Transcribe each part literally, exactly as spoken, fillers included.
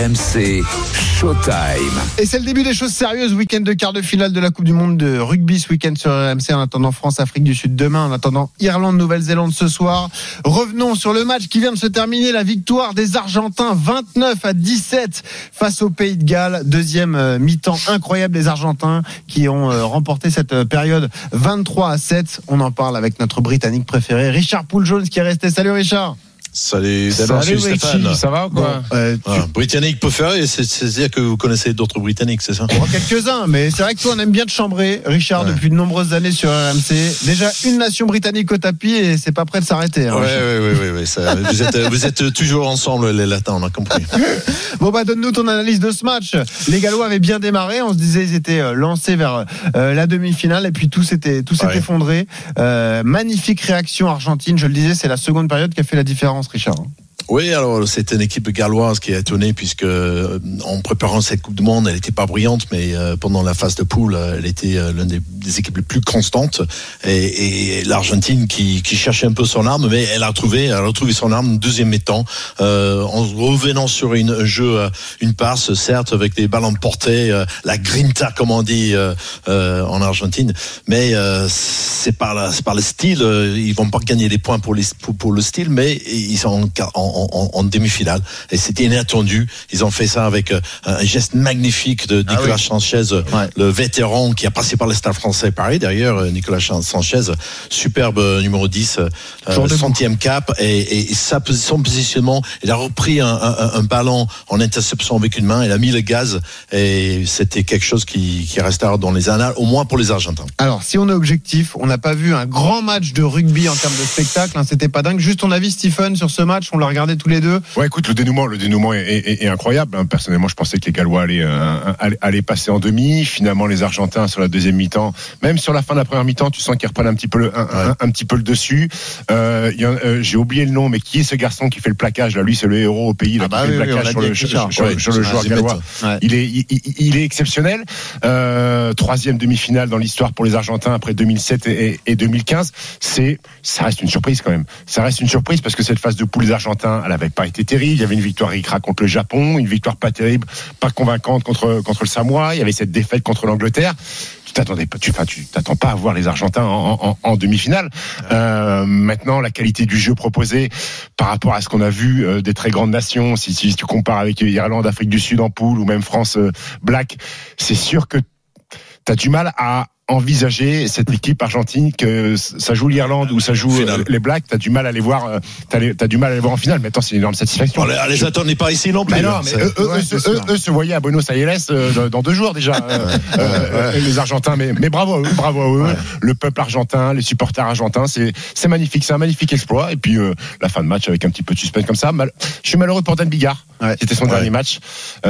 M C Showtime. Et c'est le début des choses sérieuses. Week-end de quart de finale de la Coupe du Monde de rugby ce week-end sur R M C. En attendant France-Afrique du Sud demain, en attendant Irlande-Nouvelle-Zélande ce soir. Revenons sur le match qui vient de se terminer. La victoire des Argentins vingt-neuf à dix-sept face au Pays de Galles. Deuxième mi-temps incroyable des Argentins qui ont remporté cette période vingt-trois à sept. On en parle avec notre Britannique préféré, Richard Poole-Jones, qui est resté. Salut Richard. Salut, Salut Stéphane. Ça va ou quoi? Bon, euh, tu... ah, Britannique préféré, c'est, c'est-à-dire que vous connaissez d'autres Britanniques, c'est ça? Bon, quelques-uns, mais c'est vrai que toi on aime bien te chambrer, Richard, ouais. Depuis de nombreuses années sur R M C. Déjà une nation britannique au tapis et c'est pas prêt de s'arrêter. Hein, ouais, ouais, ouais, ouais, ouais, ça, vous êtes, vous êtes toujours ensemble les Latins, on a compris. Bon bah donne-nous ton analyse de ce match. Les Gallois avaient bien démarré, on se disait ils étaient lancés vers euh, la demi-finale et puis tout s'était tout s'est ouais. effondré. Euh, magnifique réaction argentine, je le disais, c'est la seconde période qui a fait la différence, Richard. Oui, alors c'est une équipe galloise qui a étonné puisque en préparant cette Coupe du Monde, elle n'était pas brillante, mais pendant la phase de poule, elle était l'une des, des équipes les plus constantes. Et, et l'Argentine qui, qui cherchait un peu son arme, mais elle a trouvé, elle a trouvé son arme deuxième mi-temps, euh, en revenant sur une, un jeu, une passe, certes avec des ballons portés, euh, la grinta comme on dit euh, euh, en Argentine, mais euh, c'est par la, c'est par le style. Ils vont pas gagner des points pour, les, pour, pour le style, mais ils sont en, en En, en demi-finale et c'était inattendu. Ils ont fait ça avec euh, un geste magnifique de Nicolas ah oui. Sanchez, ouais. le vétéran qui a passé par le Stade Français Paris. D'ailleurs, Nicolas Sanchez, superbe numéro dix, euh, centième cap et, et sa son positionnement. Il a repris un, un, un ballon en interception avec une main. Il a mis le gaz et c'était quelque chose qui, qui restera dans les annales, au moins pour les Argentins. Alors, si on est objectif, on n'a pas vu un grand match de rugby en termes de spectacle. Hein, c'était pas dingue. Juste ton avis, Stephen, sur ce match. On l'a regardé tous les deux. Ouais, écoute, le dénouement, le dénouement est, est, est incroyable. Personnellement, je pensais que les Gallois allaient, euh, allaient, allaient passer en demi. Finalement, les Argentins sur la deuxième mi-temps, même sur la fin de la première mi-temps, tu sens qu'ils reprennent un petit peu le, un, ouais. un, un petit peu le dessus. Euh, y a, euh, j'ai oublié le nom, mais qui est ce garçon qui fait le plaquage là? Lui, c'est le héros au pays. Là, ah bah qui oui, fait le plaquage oui, sur, le, sur, ouais, sur le joueur gallois. Ouais. Il est, il, il est exceptionnel. Euh, troisième demi-finale dans l'histoire pour les Argentins après deux mille sept et, et deux mille quinze. C'est, ça reste une surprise quand même. Ça reste une surprise parce que cette phase de poule des Argentins, elle avait pas été terrible. Il y avait une victoire ric-rac contre le Japon, une victoire pas terrible, pas convaincante contre contre le Samoa. Il y avait cette défaite contre l'Angleterre. Tu t'attendais pas, tu, enfin, tu t'attends pas à voir les Argentins en, en, en demi-finale. Euh, maintenant, la qualité du jeu proposé par rapport à ce qu'on a vu euh, des très grandes nations, si, si tu compares avec Irlande, Afrique du Sud en poule ou même France euh, Black, c'est sûr que t'as du mal à envisager cette équipe argentine, que ça joue l'Irlande ou ça joue finale. Les Blacks, t'as du mal à les voir, t'as, les, t'as du mal à les voir en finale. Maintenant, c'est une énorme satisfaction. On les, les attendait pas ici non plus. Mais non, mais eux, eux, ouais, eux, eux, eux se voyaient à Buenos Aires euh, dans deux jours déjà. euh, euh, ouais. Les Argentins, mais, mais bravo à eux, bravo à eux. Ouais. Le peuple argentin, les supporters argentins, c'est, c'est magnifique, c'est un magnifique exploit. Et puis euh, la fin de match avec un petit peu de suspense comme ça. Mal... Je suis malheureux pour Dan Bigard. Ouais. C'était son ouais. dernier match.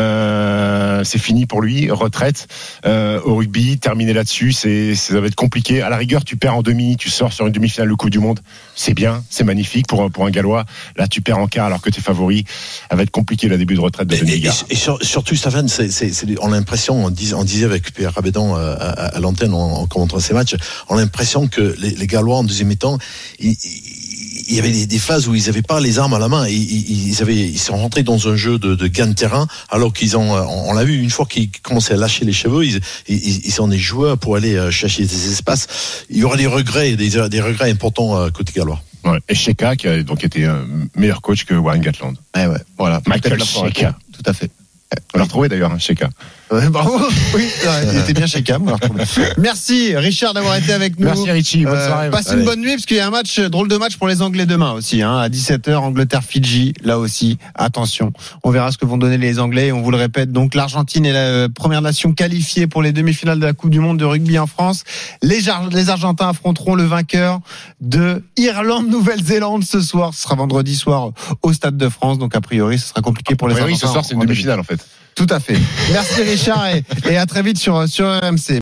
Euh, c'est fini pour lui, retraite euh, au rugby, terminé là-dessus. C'est, ça va être compliqué. À la rigueur, tu perds en demi, tu sors sur une demi-finale de Coupe du Monde. C'est bien, c'est magnifique pour pour un Gallois. Là, tu perds en quart alors que t'es favori. Ça va être compliqué le début de retraite de Dan Bigard. Et, et, et sur, surtout, Stéphane, c'est, c'est, c'est, on a l'impression, on disait, on disait avec Pierre Rabédan à, à, à l'antenne en, en commentant ces matchs, on a l'impression que les, les Gallois en deuxième mi-temps, ils, ils il y avait des, des phases où ils n'avaient pas les armes à la main. Ils, ils, avaient, ils sont rentrés dans un jeu de, de gain de terrain, alors qu'ils ont, on, on l'a vu, une fois qu'ils commençaient à lâcher les cheveux, ils, ils, ils sont des joueurs pour aller chercher des espaces. Il y aura des regrets, des, des regrets importants côté gallois. Ouais. Et Sheka, qui a donc été un meilleur coach que Warren Gatland. Eh ouais, voilà. Michael Sheka. Tout à fait. On l'a retrouvé d'ailleurs, hein, Sheka. Ouais, bravo. Oui, il était bien Sheka. Merci Richard d'avoir été avec nous. Merci Richie. Bonne soirée. Euh, passe une bonne nuit parce qu'il y a un match, drôle de match pour les Anglais demain aussi, hein, à dix-sept heures, Angleterre-Fidji. Là aussi, attention. On verra ce que vont donner les Anglais. Et on vous le répète. Donc l'Argentine est la première nation qualifiée pour les demi-finales de la Coupe du Monde de rugby en France. Les, Jar- les Argentins affronteront le vainqueur de Irlande-Nouvelle-Zélande ce soir. Ce sera vendredi soir au Stade de France. Donc a priori, ce sera compliqué pour les Argentins. Oui, ce soir c'est une demi-finale en fait. Tout à fait. Merci Richard et, et à très vite sur, sur R M C.